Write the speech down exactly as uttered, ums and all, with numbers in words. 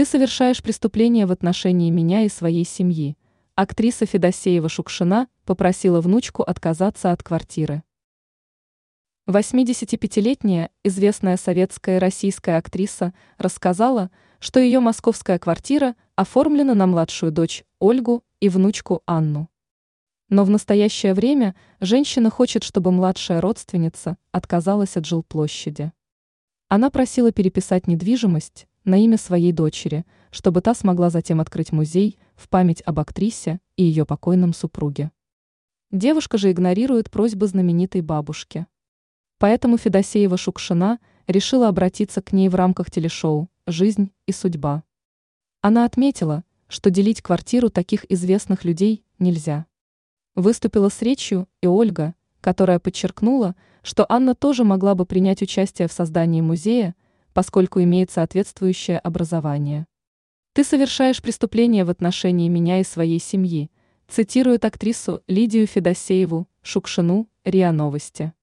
Ты совершаешь преступление в отношении меня и своей семьи. Актриса Федосеева-Шукшина попросила внучку отказаться от квартиры. восьмидесятипятилетняя известная советская и российская актриса рассказала, что ее московская квартира оформлена на младшую дочь Ольгу и внучку Анну. Но в настоящее время женщина хочет, чтобы младшая родственница отказалась от жилплощади. Она просила переписать недвижимость на имя своей дочери, чтобы та смогла затем открыть музей в память об актрисе и ее покойном супруге. Девушка же игнорирует просьбы знаменитой бабушки. Поэтому Федосеева-Шукшина решила обратиться к ней в рамках телешоу «Жизнь и судьба». Она отметила, что делить квартиру таких известных людей нельзя. Выступила с речью и Ольга, которая подчеркнула, что Анна тоже могла бы принять участие в создании музея, поскольку имеет соответствующее образование. «Ты совершаешь преступление в отношении меня и своей семьи», цитирует актрису Лидию Федосееву Шукшину РИА Новости.